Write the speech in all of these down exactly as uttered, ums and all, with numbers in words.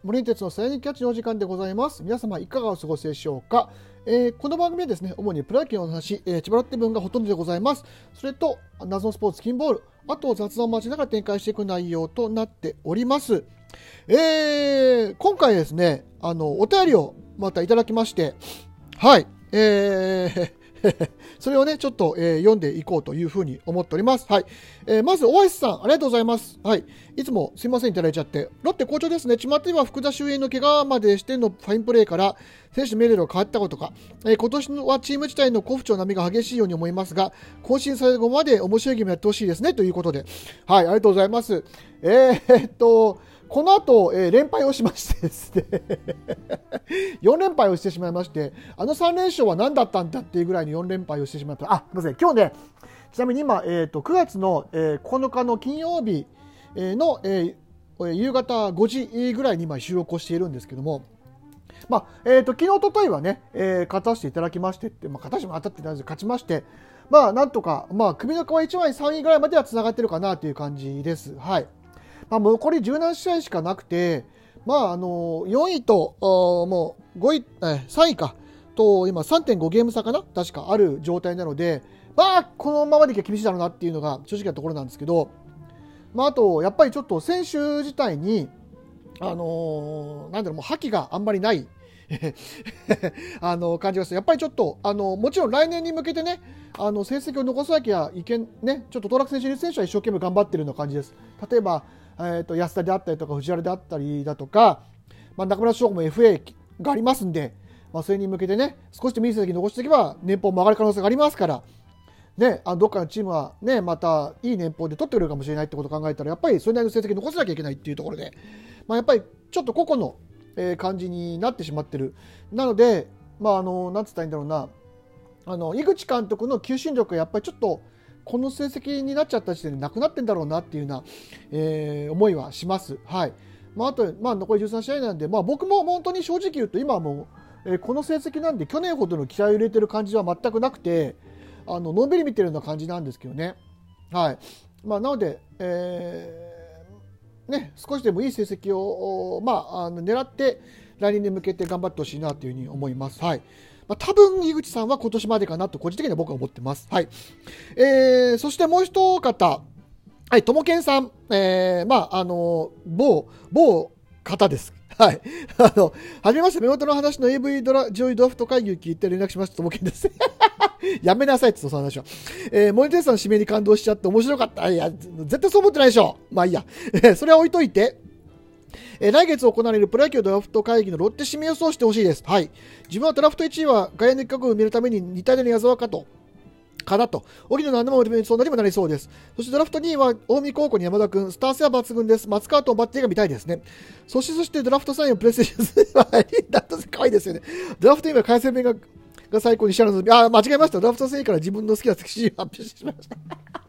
森鉄のサイニーキャッチのお時間でございます。皆様いかがお過ごしでしょうか。えー、この番組はですね、主にプロ野球の話、えー、千葉ロッテ分がほとんどでございます。それと謎のスポーツ金ボール、あと雑談を交えながら展開していく内容となっております。えー、今回ですね、あのお便りをまたいただきまして、はい、えーそれをねちょっと、えー、読んでいこうというふうに思っております。はい、えー、まずオアシスさんありがとうございます。はい、いつもすいませんいただいちゃって。ロッテ好調ですね。巷では福田周平の怪我までしてのファインプレーから選手の命令が変わったことか、えー、今年はチーム自体の好不調波が激しいように思いますが、更新最後まで面白いゲームやってほしいですねということで、はい、ありがとうございます。えー、っとこの後、えー、連敗をしましてですねよん連敗をしてしまいまして、あのさん連勝は何だったんだっていうぐらいによん連敗をしてしまった。あ、すみません、今日ね、ちなみに今、えー、とくがつの、えー、ここのかの金曜日の、えー、夕方ごじぐらいに今収録をしているんですけども、まあえー、と昨日おとといはね、えー、勝たせていただきましてって、まあ、勝たせても当たってないですけど勝ちまして、まあなんとか、まあ、首の皮いちまいさんいぐらいまではつながってるかなという感じです。はい、まあ、残りじゅうなな試合しかなくて、まああのよんいともうごい、えさんいかと今 さんてんご ゲーム差かな確かある状態なので、まあこのままでいけば厳しいだろうなっていうのが正直なところなんですけど、まあ、あとやっぱりちょっと選手自体にあのー、なんだろうもう覇気があんまりないあの感じがする。やっぱりちょっとあのもちろん来年に向けてね、あの成績を残さなきゃいけんね、ちょっと登録選手選手は一生懸命頑張ってるような感じです。例えばえー、と安田であったりとか藤原であったりだとか、まあ、中村翔吾も エフエー がありますんで、まあ、それに向けてね少しでもいい成績残していけば年俸も上がる可能性がありますから、ね、あのどっかのチームは、ね、またいい年俸で取ってくれるかもしれないってことを考えたらやっぱりそれなりの成績残さなきゃいけないっていうところで、まあ、やっぱりちょっと個々の、えー、感じになってしまってる。なので、まあ、あのなんつったらいいんだろうな、あの井口監督の求心力がやっぱりちょっとこの成績になっちゃった時点でなくなってんだろうなっていうような、えー、思いはします。はい、まあ、あと、まあ、残りじゅうさん試合なんで、まあ、僕も本当に正直言うと今はもう、えー、この成績なんで去年ほどの気合を入れてる感じは全くなくて、あののんびり見てるような感じなんですけどね。はい、まあ、なので、えーね、少しでもいい成績を、まあ、あの狙って来年に向けて頑張ってほしいなというふうに思います。はい、まあ、多分井口さんは今年までかなと個人的には僕は思ってます。はい、えー、そしてもう一方、はい、ともけんさん、えー、まああの某某方です。はい、あのはじめまして、目元の話の エーブイ ドラ上位ドラフト会議を聞いて連絡しました。ともけんです。やめなさいってその話は。えー、森田さんの指名に感動しちゃって面白かった。いや絶対そう思ってないでしょ。まあいいや。それは置いといて。えー、来月行われるプロ野球ドラフト会議のロッテ指名予想してほしいです。はい。自分はドラフトいちいは外野の一角を埋めるために似たような矢沢かと。かなと。荻野の穴も埋めそうなりもなりそうです。そしてドラフトにいは近江高校に山田君、スター性は抜群です。松川とバッテリーが見たいですね。そしてそしてドラフトさんいをプレステーションだと可愛いですよね。ドラフトには回線面がが最高にシャラのあ間違えました。ドラフトさんいから自分の好きなセクシーを発表してしまいました。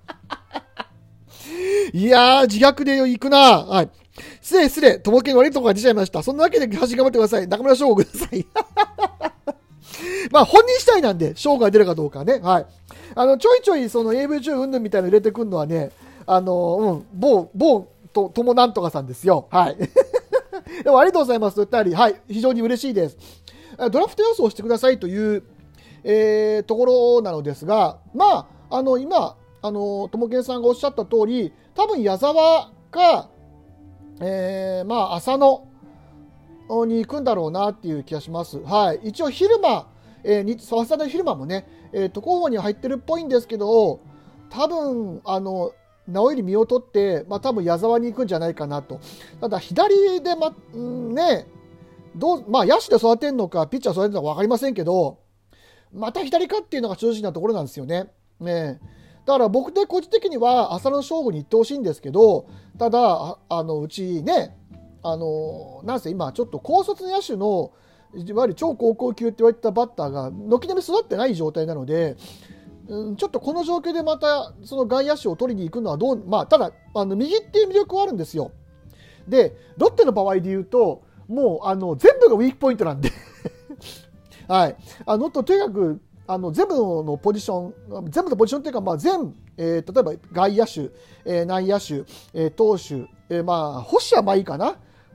いやー自虐で行くな。はい。失礼失礼。ともけん悪いとこが出ちゃいました。そんなわけで端頑張ってください。中村翔吾ください。まあ本人次第なんで翔吾が出るかどうかね。はい。あのちょいちょいその エーブイ 中云々みたいなの入れてくるのはね、あのうん某某とともなんとかさんですよ。はい。でもありがとうございます。とりはい、非常に嬉しいです。ドラフト予想してくださいという、えー、ところなのですが、まああの今あのともけんさんがおっしゃった通り、多分矢沢か、えー、まあ浅野に行くんだろうなっていう気がします。はい、一応昼間、えー、に早稲田の昼間もね、えー、と候補に入ってるっぽいんですけど、多分あの直入身を取って、まあ、多分矢沢に行くんじゃないかなと。ただ左で、まんね、どうまあ、野手で育てるのかピッチャー育てるのか分かりませんけど、また左かっていうのが正直なところなんですよね。ねだから僕で個人的には浅野翔吾に行ってほしいんですけど、ただ あ, あのうちね、あのなんせ今ちょっと高卒野手のいわゆる超高校級って言われたバッターが軒並み育ってない状態なので、うん、ちょっとこの状況でまたその外野手を取りに行くのはどう、まあ、ただあの右っていう魅力はあるんですよ。でロッテの場合で言うともうあの全部がウィークポイントなんではい、あのととにかくあの全部のポジション全部のポジションというか、まあ、全、えー、例えば外野手、えー、内野手、えー、投手、えー、まあ星はまあいいかな、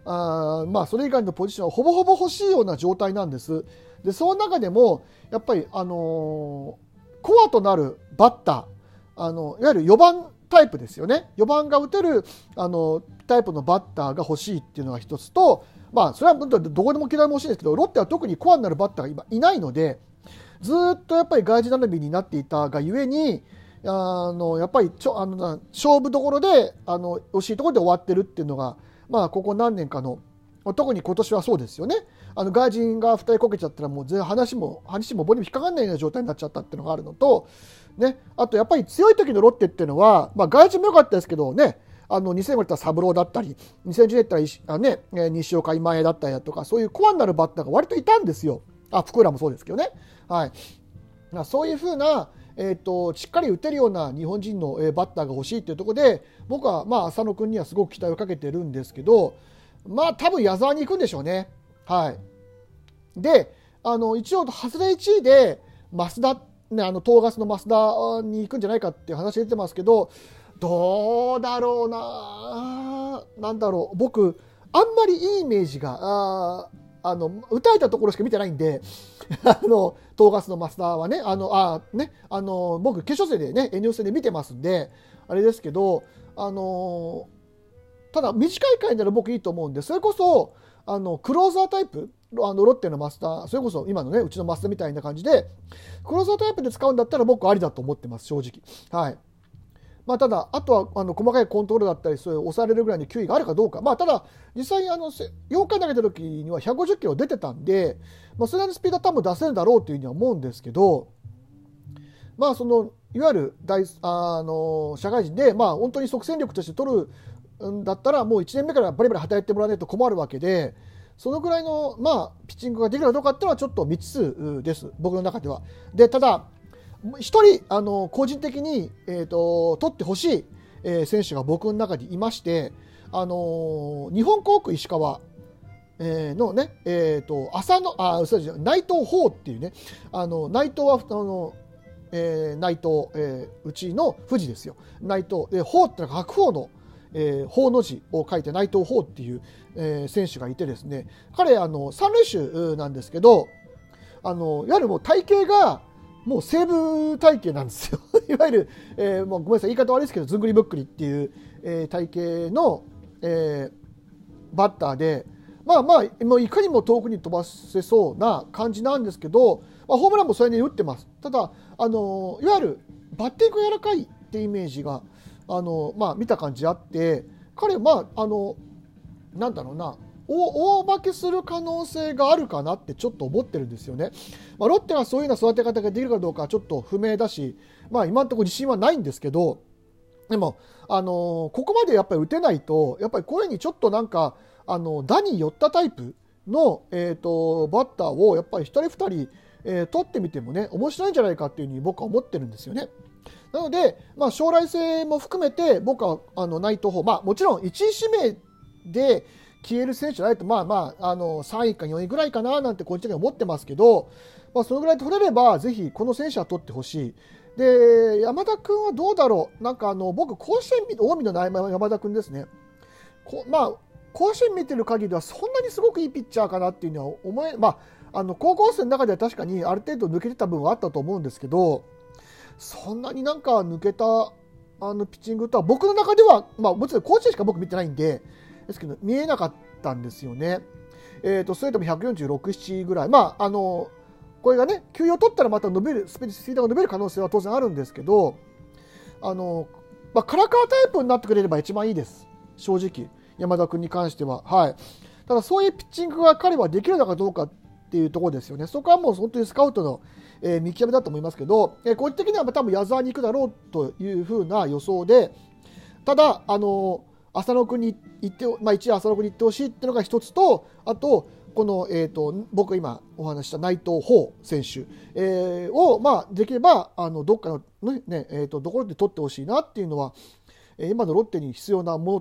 あまあそれ以外のポジションはほぼほぼ欲しいような状態なんです。でその中でもやっぱり、あのー、コアとなるバッター、あのいわゆるよばんタイプですよね。よばんが打てるあのタイプのバッターが欲しいっていうのが一つと、まあそれはどこでも嫌いも欲しいんですけど、ロッテは特にコアになるバッターが今いないので、ずっとやっぱり外人並びになっていたがゆえに、あのやっぱりちょあの勝負どころであの惜しいところで終わってるっていうのが、まあここ何年かの、特に今年はそうですよね。あの外人がふたりこけちゃったらもう全然話も話も棒にも引っかかんないような状態になっちゃったっていうのがあるのと、ね、あとやっぱり強い時のロッテっていうのは、まあ、外人も良かったですけどね、あのにせんごねんだったら三郎だったり、にせんじゅうねんだったら、ね、西岡今江だったりだとか、そういうコアになるバッターが割といたんですよ。あ、福浦もそうですけどね。はい、そういうふうな、えーと、しっかり打てるような日本人のバッターが欲しいというところで、僕はまあ浅野君にはすごく期待をかけてるんですけど、まあ多分矢沢に行くんでしょうね。はい、であの一応外れいちいで増田、ね、あの東ガスの増田に行くんじゃないかっていう話出てますけど、どうだろうな、なんだろう、僕あんまりいいイメージがああの打たれたところしか見てないんであの東ガスの増田はね、あのあねあの僕決勝戦でね エヌオー 戦で見てますんであれですけど、あのただ短い回なら僕いいと思うんで、それこそあのクローザータイプ、あのロッテのマスター、それこそ今のねうちのマスターみたいな感じでクローザータイプで使うんだったら僕ありだと思ってます、正直。はい、まあ、ただあとはあの細かいコントロールだったり、そういう抑えれるぐらいの球威があるかどうか、まあ、ただ実際あのよんかい投げた時にはひゃくごじゅっキロ出てたんで、まあ、それなりのスピードは多分出せるだろうというふうには思うんですけど、まあそのいわゆる大あの社会人で、まあ、本当に即戦力として取るんだったらもういちねんめからバリバリ働いてもらわないと困るわけで、そのぐらいの、まあ、ピッチングができるかどうかっていうのはちょっと未知数です、僕の中では。でただ一人あの個人的に、えーと、取ってほしい、えー、選手が僕の中にいまして、あのー、日本航空石川、えー、のね、えーと、浅野あそうです内藤鵬っていうね、あの内藤はあの、えー、内藤、えー、うちの富士ですよ。内藤で鵬ってのは白鵬のえー、砲の字を書いて内藤鵬っていう、えー、選手がいてですね、彼あの三塁手なんですけど、あのいわゆるもう体型がもう西武体型なんですよいわゆる、えー、もうごめんなさい言い方悪いですけどずんぐりむっくりっていう、えー、体型の、えー、バッターで、まあまあもういかにも遠くに飛ばせそうな感じなんですけど、まあ、ホームランもそれに打ってます。ただあのいわゆるバッティングが柔らかいってイメージがあのまあ見た感じあって、彼はまああのなんだろうな、大化けする可能性があるかなってちょっと思ってるんですよね。まあ、ロッテはそういうような育て方ができるかどうかはちょっと不明だし、まあ今のところ自信はないんですけど、でもあのここまでやっぱり打てないと、やっぱりこういうふうにちょっとなんかあの打に寄ったタイプの、えー、とバッターをやっぱり一人二人、えー、取ってみてもね面白いんじゃないかっていうふうに僕は思ってるんですよね。なので、まあ、将来性も含めて僕はあの内藤鵬、まあ、もちろんいちい指名で消える選手じゃないと、まあまあ、あのさんいかよんいぐらいかななんて個人的には思ってますけど、まあ、そのぐらい取れればぜひこの選手は取ってほしい。で山田君はどうだろう、なんかあの僕甲子園近江の山田君ですね、こ、まあ、甲子園見てる限りではそんなにすごくいいピッチャーかなっていうのは思え、まあ、あの高校生の中では確かにある程度抜けてた部分はあったと思うんですけど、そんなになんか抜けたあのピッチングとは僕の中では、まあ、もちろん甲子園しか僕見てないんでですけど見えなかったんですよね。えーと、それともひゃくよんじゅうろく、ななぐらい、まああのこれがね休養取ったらまた伸びるスピードが伸びる可能性は当然あるんですけど、あの、まあ、カラカータイプになってくれれば一番いいです、正直山田君に関しては。はい、ただそういうピッチングが彼はできるのかどうかっていうところですよね。そこはもう本当にスカウトのえー、見極めだと思いますけど、えー、個人的には多分矢沢に行くだろうというふうな予想で、ただ、あのー、浅野君に行って、まあ、一応浅野君に行ってほしいっていうのが一つと、あとこの、えーと、僕が今お話した内藤鵬選手、えー、を、まあ、できればあのどっかの、ねねえーと、ところで取ってほしいなっていうのは、えー、今のロッテに必要なものとし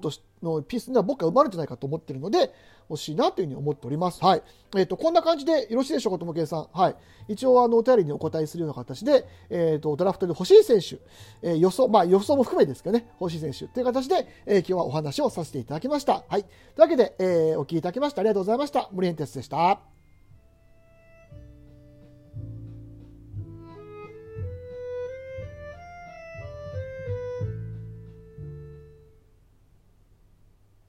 のピースには僕が埋まるんじゃないかと思っているので、欲しいなというふうに思っております。はい。えっと、こんな感じでよろしいでしょうか、ともけいさん。はい。一応、あの、お便りにお答えするような形で、えっと、ドラフトで欲しい選手、えー、予想、まあ予想も含めですけどね、欲しい選手という形で、えー、今日はお話をさせていただきました。はい。というわけで、えー、お聞きいただきましてありがとうございました。森エンテスでした。